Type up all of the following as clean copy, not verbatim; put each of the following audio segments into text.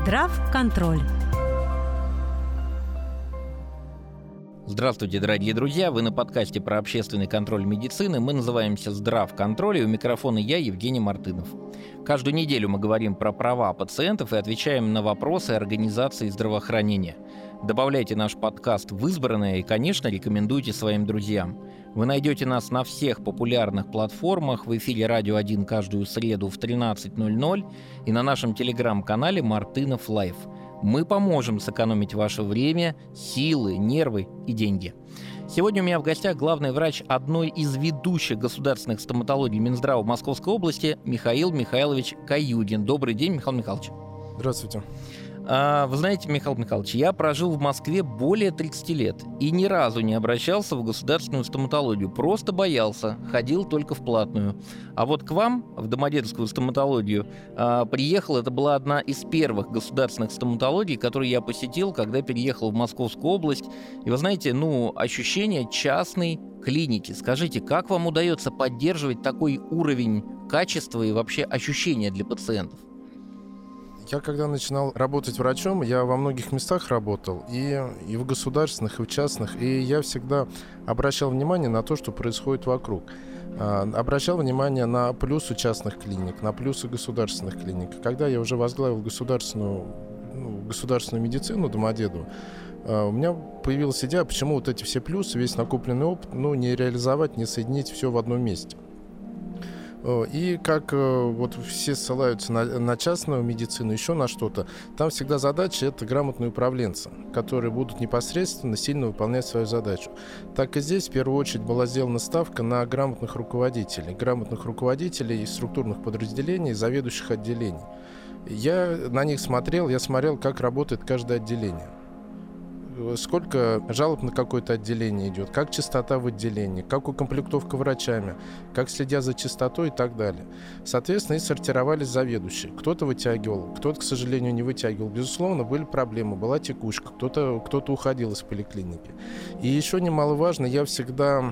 Здравконтроль. Здравствуйте, дорогие друзья! Вы на подкасте про общественный контроль медицины. Мы называемся «Здравконтроль», и у микрофона я, Евгений Мартынов. Каждую неделю мы говорим про права пациентов и отвечаем на вопросы организации здравоохранения. Добавляйте наш подкаст в избранное и, конечно, рекомендуйте своим друзьям. Вы найдете нас на всех популярных платформах, в эфире «Радио 1» каждую среду в 13:00 и на нашем телеграм-канале «Мартынов Лайф». Мы поможем сэкономить ваше время, силы, нервы и деньги. Сегодня у меня в гостях главный врач одной из ведущих государственных стоматологий Минздрава Московской области Михаил Михайлович Каюдин. Добрый день, Михаил Михайлович. Здравствуйте. Вы знаете, Михаил Михайлович, я прожил в Москве более 30 лет и ни разу не обращался в государственную стоматологию. Просто боялся, ходил только в платную. А вот к вам, в Домодедовскую стоматологию, приехал. Это была одна из первых государственных стоматологий, которые я посетил, когда переехал в Московскую область. И вы знаете, ощущение частной клиники. Скажите, как вам удается поддерживать такой уровень качества и вообще ощущения для пациентов? Я когда начинал работать врачом, я во многих местах работал, и в государственных, и в частных, и я всегда обращал внимание на то, что происходит вокруг. Обращал внимание на плюсы частных клиник, на плюсы государственных клиник. Когда я уже возглавил государственную медицину Домодедово, у меня появилась идея, почему вот эти все плюсы, весь накопленный опыт, не реализовать, не соединить все в одном месте. И как вот все ссылаются на частную медицину, еще на что-то, там всегда задача — это грамотные управленцы, которые будут непосредственно сильно выполнять свою задачу. Так и здесь в первую очередь была сделана ставка на грамотных руководителей структурных подразделений, заведующих отделений. Я на них смотрел, как работает каждое отделение. Сколько жалоб на какое-то отделение идет, как частота в отделении, как укомплектовка врачами, как следят за чистотой и так далее. Соответственно, и сортировались заведующие. Кто-то вытягивал, кто-то, к сожалению, не вытягивал. Безусловно, были проблемы, была текучка, кто-то уходил из поликлиники. И еще немаловажно, я всегда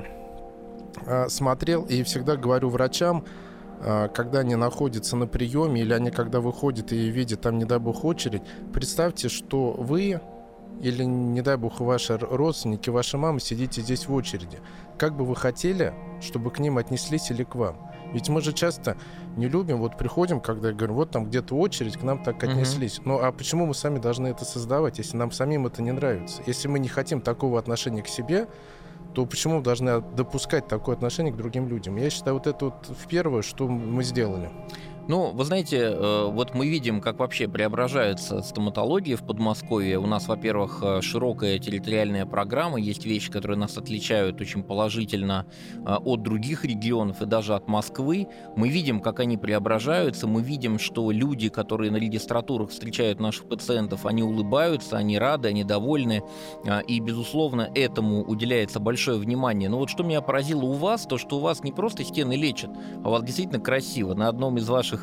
смотрел и всегда говорю врачам, когда они находятся на приеме или они когда выходят и видят там, не дай бог, очередь, представьте, что вы или, не дай бог, ваши родственники, ваша мама сидите здесь в очереди. Как бы вы хотели, чтобы к ним отнеслись или к вам? Ведь мы же часто не любим, приходим, когда я говорю, вот там где-то очередь, к нам так отнеслись. А почему мы сами должны это создавать, если нам самим это не нравится? Если мы не хотим такого отношения к себе, то почему мы должны допускать такое отношение к другим людям? Я считаю, вот это в первое, что мы сделали. Вы знаете, мы видим, как вообще преображается стоматология в Подмосковье. У нас, во-первых, широкая территориальная программа, есть вещи, которые нас отличают очень положительно от других регионов и даже от Москвы. Мы видим, как они преображаются, мы видим, что люди, которые на регистратурах встречают наших пациентов, они улыбаются, они рады, они довольны, и, безусловно, этому уделяется большое внимание. Но что меня поразило у вас, то, что у вас не просто стены лечат, а у вас действительно красиво. В одном из ваших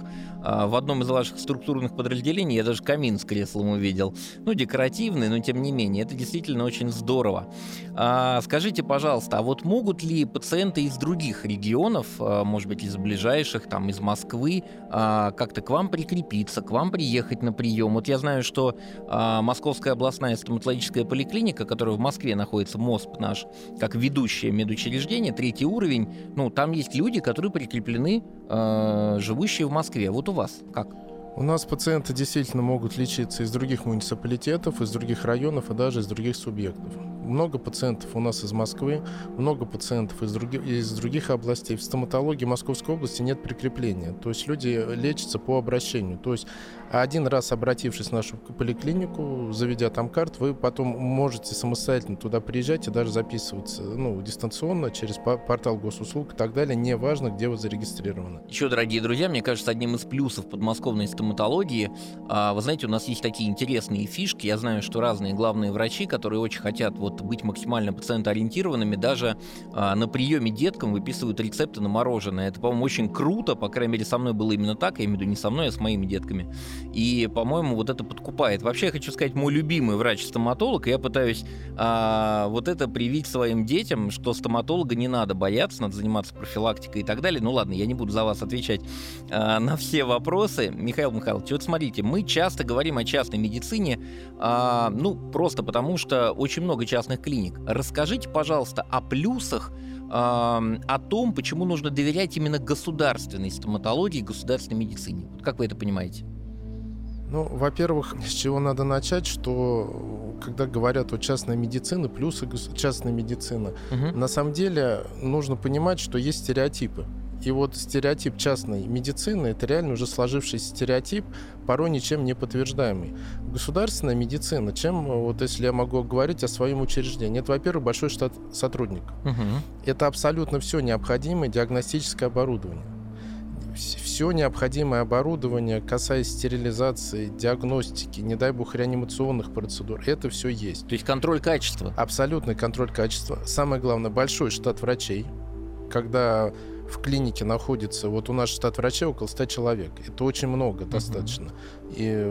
структурных подразделений я даже камин с креслом увидел. Декоративный, но тем не менее, это действительно очень здорово. Скажите, пожалуйста, могут ли пациенты из других регионов, может быть, из ближайших, из Москвы, как-то к вам прикрепиться, к вам приехать на прием? Я знаю, что Московская областная стоматологическая поликлиника, которая в Москве находится, МОСП наш, как ведущее медучреждение, 3-й уровень, там есть люди, которые прикреплены, живущие в Москве. У вас как? У нас пациенты действительно могут лечиться из других муниципалитетов, из других районов и даже из других субъектов. Много пациентов у нас из Москвы, много пациентов из других областей. В стоматологии Московской области нет прикрепления. То есть люди лечатся по обращению. То есть один раз обратившись в нашу поликлинику, заведя там карту, вы потом можете самостоятельно туда приезжать и даже записываться дистанционно через портал госуслуг и так далее. Неважно, где вы зарегистрированы. Еще, дорогие друзья, мне кажется, одним из плюсов подмосковной стоматологии, вы знаете, у нас есть такие интересные фишки. Я знаю, что разные главные врачи, которые очень хотят быть максимально пациентоориентированными, даже на приеме деткам выписывают рецепты на мороженое. Это, по-моему, очень круто, по крайней мере, со мной было именно так, я имею в виду не со мной, а с моими детками. И, по-моему, это подкупает. Вообще, я хочу сказать, мой любимый врач-стоматолог, и я пытаюсь это привить своим детям, что стоматолога не надо бояться, надо заниматься профилактикой и так далее. Ладно, я не буду за вас отвечать на все вопросы. Михаил Михайлович, вот смотрите, мы часто говорим о частной медицине, просто потому что очень много частных клиник. Расскажите, пожалуйста, о плюсах, о том, почему нужно доверять именно государственной стоматологии, государственной медицине. Вот как вы это понимаете? Ну, во-первых, с чего надо начать, что когда говорят о частной медицине, плюсы частной медицины, на самом деле нужно понимать, что есть стереотипы. И вот стереотип частной медицины — это реально уже сложившийся стереотип, порой ничем не подтверждаемый. Государственная медицина, вот если я могу говорить о своем учреждении, это, во-первых, большой штат сотрудников. Это абсолютно все необходимое диагностическое оборудование. Все необходимое оборудование, касаясь стерилизации, диагностики, не дай бог, реанимационных процедур, это все есть. То есть контроль качества? Абсолютный контроль качества. Самое главное, большой штат врачей. Когда в клинике находится, вот у нас штат врачей около 100 человек. Это очень много достаточно. И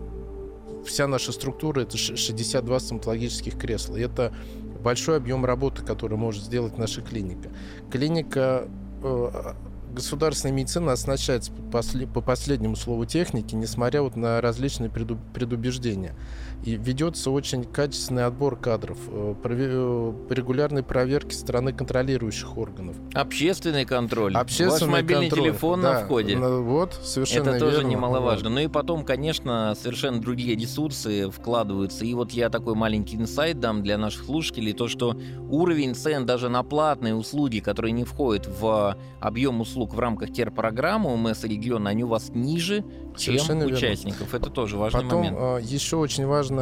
вся наша структура — это 62 стоматологических кресла. И это большой объем работы, который может сделать наша клиника. Клиника государственная медицина оснащается по последнему слову техники, несмотря вот на различные предубеждения. И ведется очень качественный отбор кадров, регулярные проверки со стороны контролирующих органов. Общественный контроль. Ваш мобильный телефон на входе. Вот, совершенно это верно. тоже немаловажно. Ну и потом, конечно, совершенно другие ресурсы вкладываются. И вот я такой маленький инсайт дам для наших слушателей, то, что уровень цен даже на платные услуги, которые не входят в объем услуг в рамках терпрограммы УМС региона, они у вас ниже, чем участников. Это тоже важный момент. Потом еще очень важное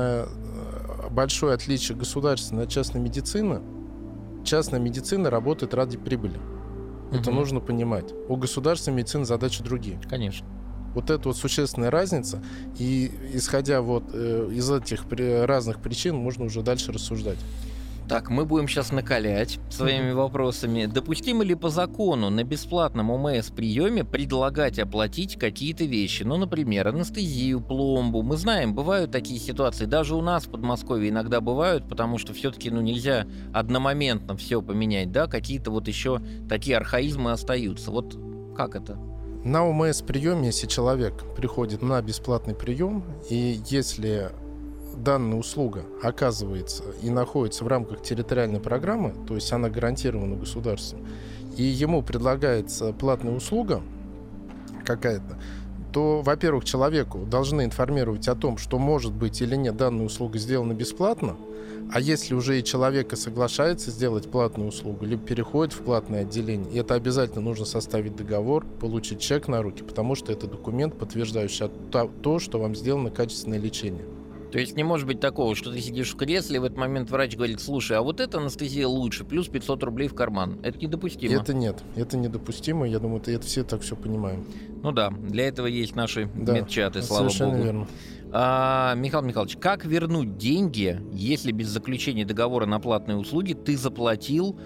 большое отличие государственной от частной медицины. Частная медицина работает ради прибыли. Это нужно понимать. У государственной медицины задачи другие. Конечно. Вот это вот существенная разница. И исходя вот из этих разных причин, можно уже дальше рассуждать. Так, мы будем сейчас накалять своими вопросами. Допустимо ли по закону на бесплатном ОМС-приеме предлагать оплатить какие-то вещи? Ну, например, анестезию, пломбу. Мы знаем, бывают такие ситуации. Даже у нас в Подмосковье иногда бывают, потому что все-таки нельзя одномоментно все поменять, да? Какие-то вот еще такие архаизмы остаются. Вот как это? На ОМС-приеме, если человек приходит на бесплатный прием, и если данная услуга оказывается и находится в рамках территориальной программы, то есть она гарантирована государством, и ему предлагается платная услуга какая-то, то, во-первых, человеку должны информировать о том, что может быть или нет данная услуга сделана бесплатно, а если уже и человек соглашается сделать платную услугу, либо переходит в платное отделение, это обязательно нужно составить договор, получить чек на руки, потому что это документ, подтверждающий то, что вам сделано качественное лечение. То есть не может быть такого, что ты сидишь в кресле, и в этот момент врач говорит: слушай, а вот эта анестезия лучше, плюс 500 рублей в карман. Это недопустимо. Это нет, это недопустимо. Я думаю, это все так все понимаем. Ну да, для этого есть наши медчаты, слава богу. Совершенно верно. Михаил Михайлович, как вернуть деньги, если без заключения договора на платные услуги ты заплатил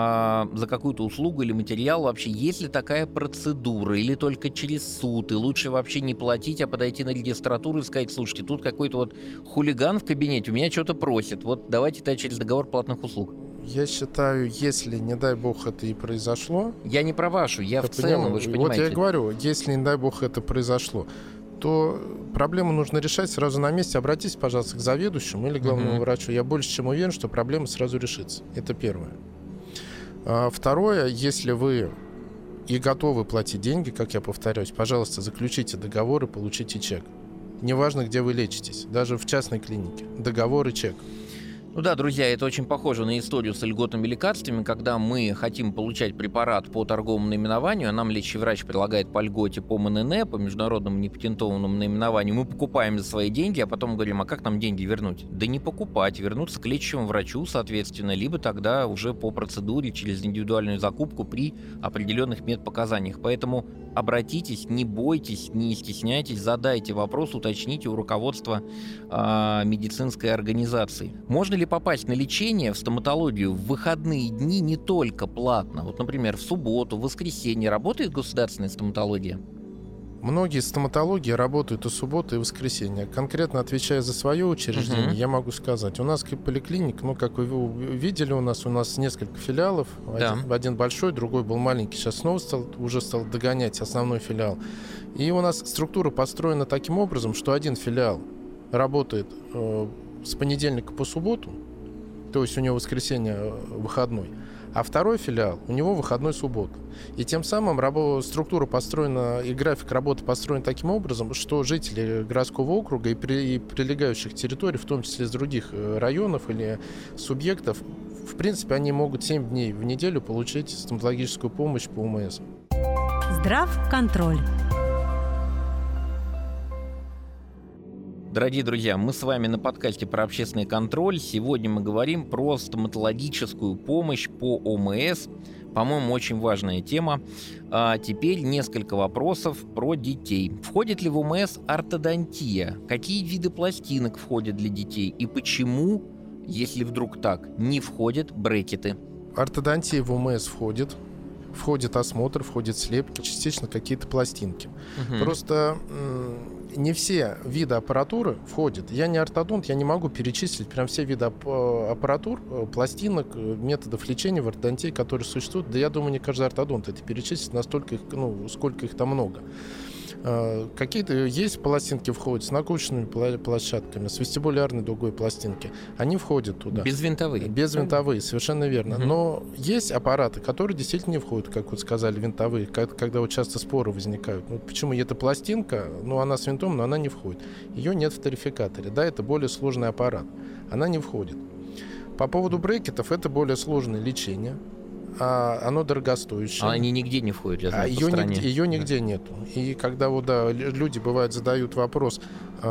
за какую-то услугу или материал? Вообще, есть ли такая процедура или только через суд? И лучше вообще не платить, а подойти на регистратуру и сказать: слушайте, тут какой-то вот хулиган в кабинете, у меня что-то просит, вот давайте это через договор платных услуг. Я считаю, если, не дай бог, это и произошло... Я не про вашу, я в целом, вы же понимаете. Вот я и говорю, если, не дай бог, это произошло, то проблему нужно решать сразу на месте. Обратитесь, пожалуйста, к заведующему или главному врачу. Я больше чем уверен, что проблема сразу решится. Это первое. Второе, если вы и готовы платить деньги, как я повторяюсь, пожалуйста, заключите договор и получите чек. Неважно, где вы лечитесь, даже в частной клинике. Договор и чек. Ну да, друзья, это очень похоже на историю с льготными лекарствами, когда мы хотим получать препарат по торговому наименованию, а нам лечащий врач предлагает по льготе по МНН, по международному непатентованному наименованию, мы покупаем за свои деньги, а потом говорим: а как нам деньги вернуть? Да не покупать, вернуться к лечащему врачу, соответственно, либо тогда уже по процедуре через индивидуальную закупку при определенных медпоказаниях. Поэтому обратитесь, не бойтесь, не стесняйтесь, задайте вопрос, уточните у руководства медицинской организации. Можно ли попасть на лечение в стоматологию в выходные дни не только платно? Вот, например, в субботу, в воскресенье работает государственная стоматология? Многие стоматологи работают и субботы, и воскресенье. Конкретно отвечая за свое учреждение, я могу сказать, у нас поликлиник, как вы видели, у нас несколько филиалов. Да. Один большой, другой был маленький, сейчас снова уже стал догонять основной филиал. И у нас структура построена таким образом, что один филиал работает с понедельника по субботу, то есть у него воскресенье выходной, а второй филиал, у него выходной суббота. И тем самым структура построена и график работы построен таким образом, что жители городского округа и прилегающих территорий, в том числе из других районов или субъектов, в принципе, они могут 7 дней в неделю получить стоматологическую помощь по ОМС. Здравконтроль. Дорогие друзья, мы с вами на подкасте про общественный контроль. Сегодня мы говорим про стоматологическую помощь по ОМС. По-моему, очень важная тема. А теперь несколько вопросов про детей. Входит ли в ОМС ортодонтия? Какие виды пластинок входят для детей? И почему, если вдруг так, не входят брекеты? Ортодонтия в ОМС входит. Входит осмотр, входит слепки, частично какие-то пластинки. Просто не все виды аппаратуры входят. Я не ортодонт, я не могу перечислить прям все виды аппаратур, пластинок, методов лечения в ортодонтии, которые существуют. Да я думаю, не каждый ортодонт это перечислит, настолько их, сколько их там много. Какие-то есть пластинки входят с накрученными площадками, с вестибулярной дугой пластинки. Они входят туда. Безвинтовые. Безвинтовые, совершенно верно. Но есть аппараты, которые действительно не входят, как вот сказали, винтовые, когда вот часто споры возникают. Почему эта пластинка, она с винтом, но она не входит. Ее нет в тарификаторе. Да, это более сложный аппарат. Она не входит. По поводу брекетов, это более сложное лечение. Оно дорогостоящее. А они нигде не входят, я знаю, по стране. Ее нигде нету. И когда люди, бывают, задают вопрос,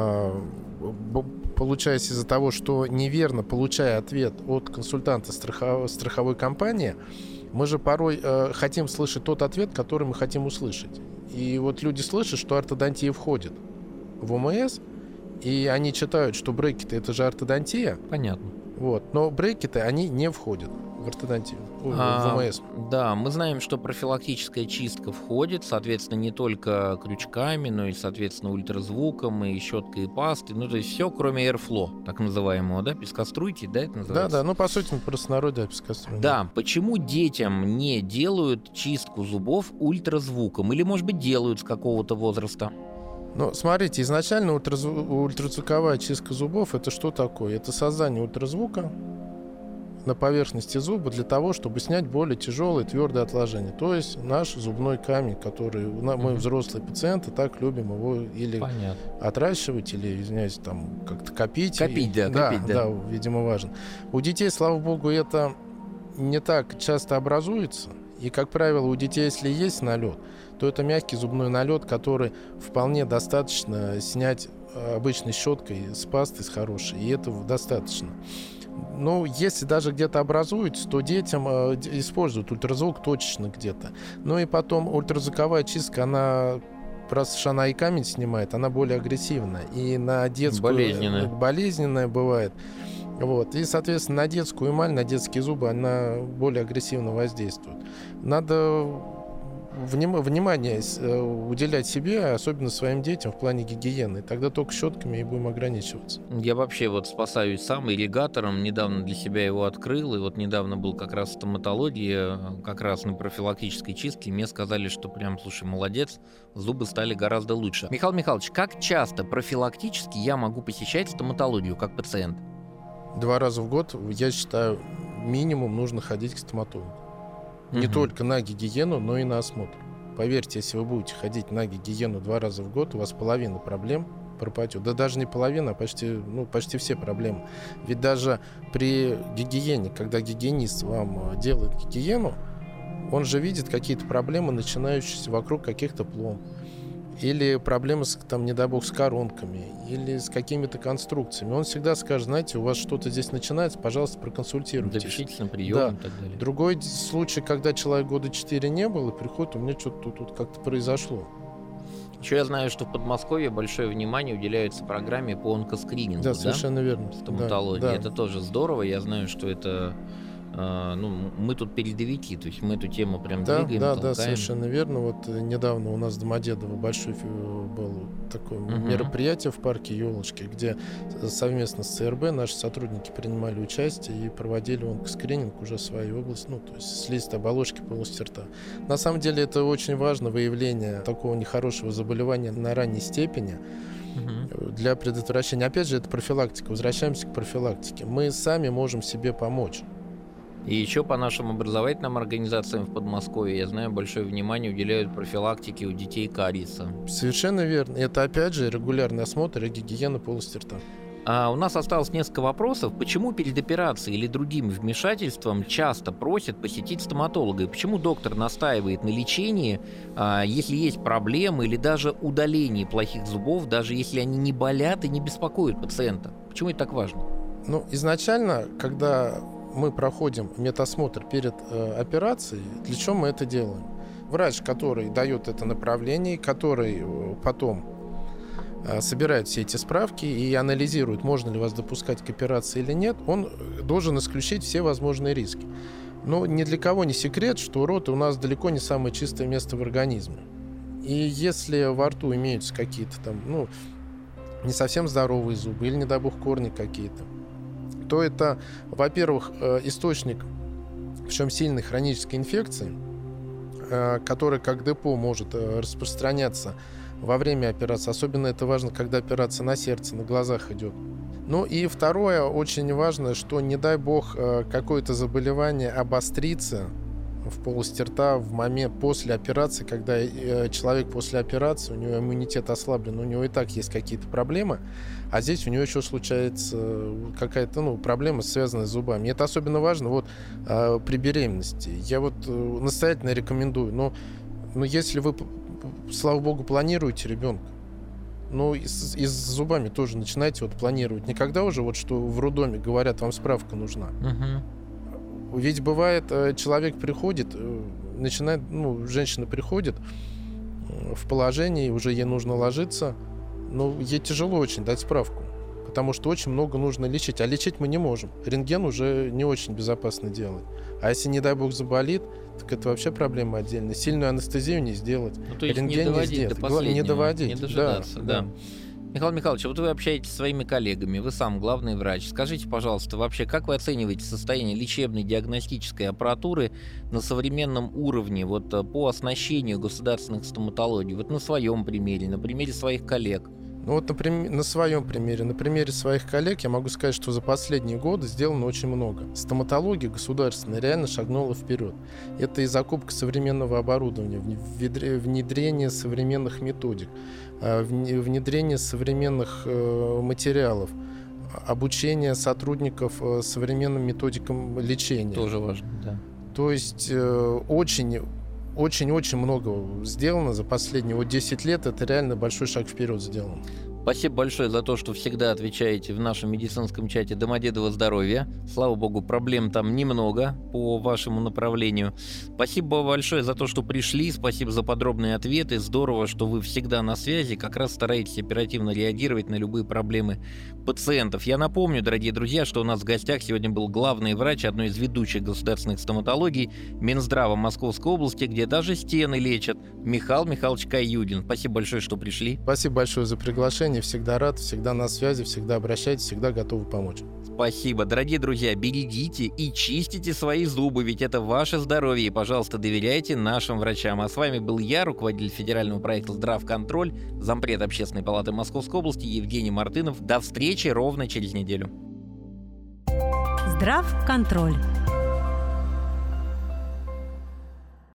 получаясь из-за того, что неверно получая ответ от консультанта страховой компании, мы же порой хотим слышать тот ответ, который мы хотим услышать. И вот люди слышат, что ортодонтия входит в ОМС, и они читают, что брекеты — это же ортодонтия. Понятно. Но брекеты, они не входят в ортодонтию, в ОМС. Да, мы знаем, что профилактическая чистка входит, соответственно, не только крючками, но и, соответственно, ультразвуком, и щеткой, и пастой. То есть все, кроме Airflow, так называемого, да, пескоструйки, да, это называется? Да, по сути, простонародье, пескоструйки. Да, почему детям не делают чистку зубов ультразвуком? Или, может быть, делают с какого-то возраста? Смотрите, изначально ультразвуковая чистка зубов — это что такое? Это создание ультразвука на поверхности зуба для того, чтобы снять более тяжелые твердые отложения. То есть наш зубной камень, который мы, взрослые пациенты, так любим его или отращивать, или, извиняюсь, там как-то копить. Копить, да. Видимо, важно. У детей, слава богу, это не так часто образуется. И, как правило, у детей, если есть налет, то это мягкий зубной налет, который вполне достаточно снять обычной щеткой с пастой, с хорошей. И этого достаточно. Но если даже где-то образуется, то детям используют ультразвук точечно где-то. И потом ультразвуковая чистка, раз уж она и камень снимает, она более агрессивная. И на детскую... Болезненная бывает. И, соответственно, на детскую эмаль, на детские зубы она более агрессивно воздействует. Надо внимание уделять себе, особенно своим детям в плане гигиены. И тогда только щетками и будем ограничиваться. Я вообще спасаюсь сам ирригатором. Недавно для себя его открыл. И недавно был как раз стоматология, как раз на профилактической чистке. Мне сказали, что прям, слушай, молодец, зубы стали гораздо лучше. Михаил Михайлович, как часто профилактически я могу посещать стоматологию как пациент? 2 раза в год, я считаю, минимум нужно ходить к стоматологу. Не только на гигиену, но и на осмотр. Поверьте, если вы будете ходить на гигиену 2 раза в год, у вас половина проблем пропадет. Да даже не половина, а почти все проблемы. Ведь даже при гигиене, когда гигиенист вам делает гигиену, он же видит какие-то проблемы, начинающиеся вокруг каких-то пломб. Или проблемы, не дай бог, с коронками, или с какими-то конструкциями. Он всегда скажет, знаете, у вас что-то здесь начинается, пожалуйста, проконсультируйтесь. Запишитесь на прием и так далее. Другой случай, когда человек года 4 не был, и приходит, у меня что-то тут как-то произошло. Еще я знаю, что в Подмосковье большое внимание уделяется программе по онкоскринингу. Да, совершенно верно. Стоматологии. Да. Это тоже здорово. Я знаю, что это мы тут передовики, то есть мы эту тему прям Да, двигаем, да, толкаем. да, совершенно верно. Вот недавно у нас в Домодедово большое было такое мероприятие в парке «Елочки», где совместно с ЦРБ наши сотрудники принимали участие и проводили онкоскрининг уже в своей области, то есть слизистой оболочки полости рта. На самом деле это очень важно, выявление такого нехорошего заболевания на ранней степени для предотвращения. Опять же, это профилактика. Возвращаемся к профилактике. Мы сами можем себе помочь. И еще по нашим образовательным организациям в Подмосковье, я знаю, большое внимание уделяют профилактике у детей кариеса. Совершенно верно. Это, опять же, регулярный осмотр и гигиена полости рта. У нас осталось несколько вопросов. Почему перед операцией или другим вмешательством часто просят посетить стоматолога? И почему доктор настаивает на лечении, если есть проблемы или даже удалении плохих зубов, даже если они не болят и не беспокоят пациента? Почему это так важно? Изначально, когда мы проходим медосмотр перед операцией, для чего мы это делаем? Врач, который дает это направление, который потом собирает все эти справки и анализирует, можно ли вас допускать к операции или нет, он должен исключить все возможные риски. Но ни для кого не секрет, что рот у нас далеко не самое чистое место в организме. И если во рту имеются какие-то там, не совсем здоровые зубы или, не дай бог, корни какие-то, то это, во-первых, источник, причем сильной хронической инфекции, которая как депо может распространяться во время операции. Особенно это важно, когда операция на сердце, на глазах идет. И второе, очень важно, что, не дай бог, какое-то заболевание обострится в полости рта в момент после операции, когда человек после операции, у него иммунитет ослаблен, у него и так есть какие-то проблемы, а здесь у него еще случается какая-то проблема, связанная с зубами. И это особенно важно при беременности. Я настоятельно рекомендую. Но если вы, слава богу, планируете ребенка, и с зубами тоже начинайте планировать. Никогда уже что в роддоме говорят, вам справка нужна. Ведь бывает, человек приходит, начинает, женщина приходит в положении, уже ей нужно ложиться, но ей тяжело очень дать справку, потому что очень много нужно лечить, а лечить мы не можем. Рентген уже не очень безопасно делать. А если, не дай бог, заболит, так это вообще проблема отдельная. Сильную анестезию не сделать, то есть рентген не сделать. До последнего, не доводить, не дожидаться, да. Михаил Михайлович, вы общаетесь со своими коллегами, вы сам главный врач. Скажите, пожалуйста, вообще, как вы оцениваете состояние лечебной диагностической аппаратуры на современном уровне по оснащению государственных стоматологий? На своем примере, на примере своих коллег. Например, на своем примере, на примере своих коллег я могу сказать, что за последние годы сделано очень много. Стоматология государственная реально шагнула вперед. Это и закупка современного оборудования, внедрение современных методик, внедрение современных материалов, обучение сотрудников современным методикам лечения. Тоже важно, да. То есть очень-очень много сделано за последние 10 лет. Это реально большой шаг вперед сделан. Спасибо большое за то, что всегда отвечаете в нашем медицинском чате «Домодедово здоровье». Слава богу, проблем там немного по вашему направлению. Спасибо большое за то, что пришли. Спасибо за подробные ответы. Здорово, что вы всегда на связи. Как раз стараетесь оперативно реагировать на любые проблемы пациентов. Я напомню, дорогие друзья, что у нас в гостях сегодня был главный врач одной из ведущих государственных стоматологий Минздрава Московской области, где даже стены лечат, Михаил Михайлович Каюдин. Спасибо большое, что пришли. Спасибо большое за приглашение. Всегда рад, всегда на связи, всегда обращайтесь, всегда готовы помочь. Спасибо. Дорогие друзья, берегите и чистите свои зубы, ведь это ваше здоровье. И, пожалуйста, доверяйте нашим врачам. А с вами был я, руководитель федерального проекта «Здравконтроль», зампред Общественной палаты Московской области Евгений Мартынов. До встречи ровно через неделю. Здравконтроль.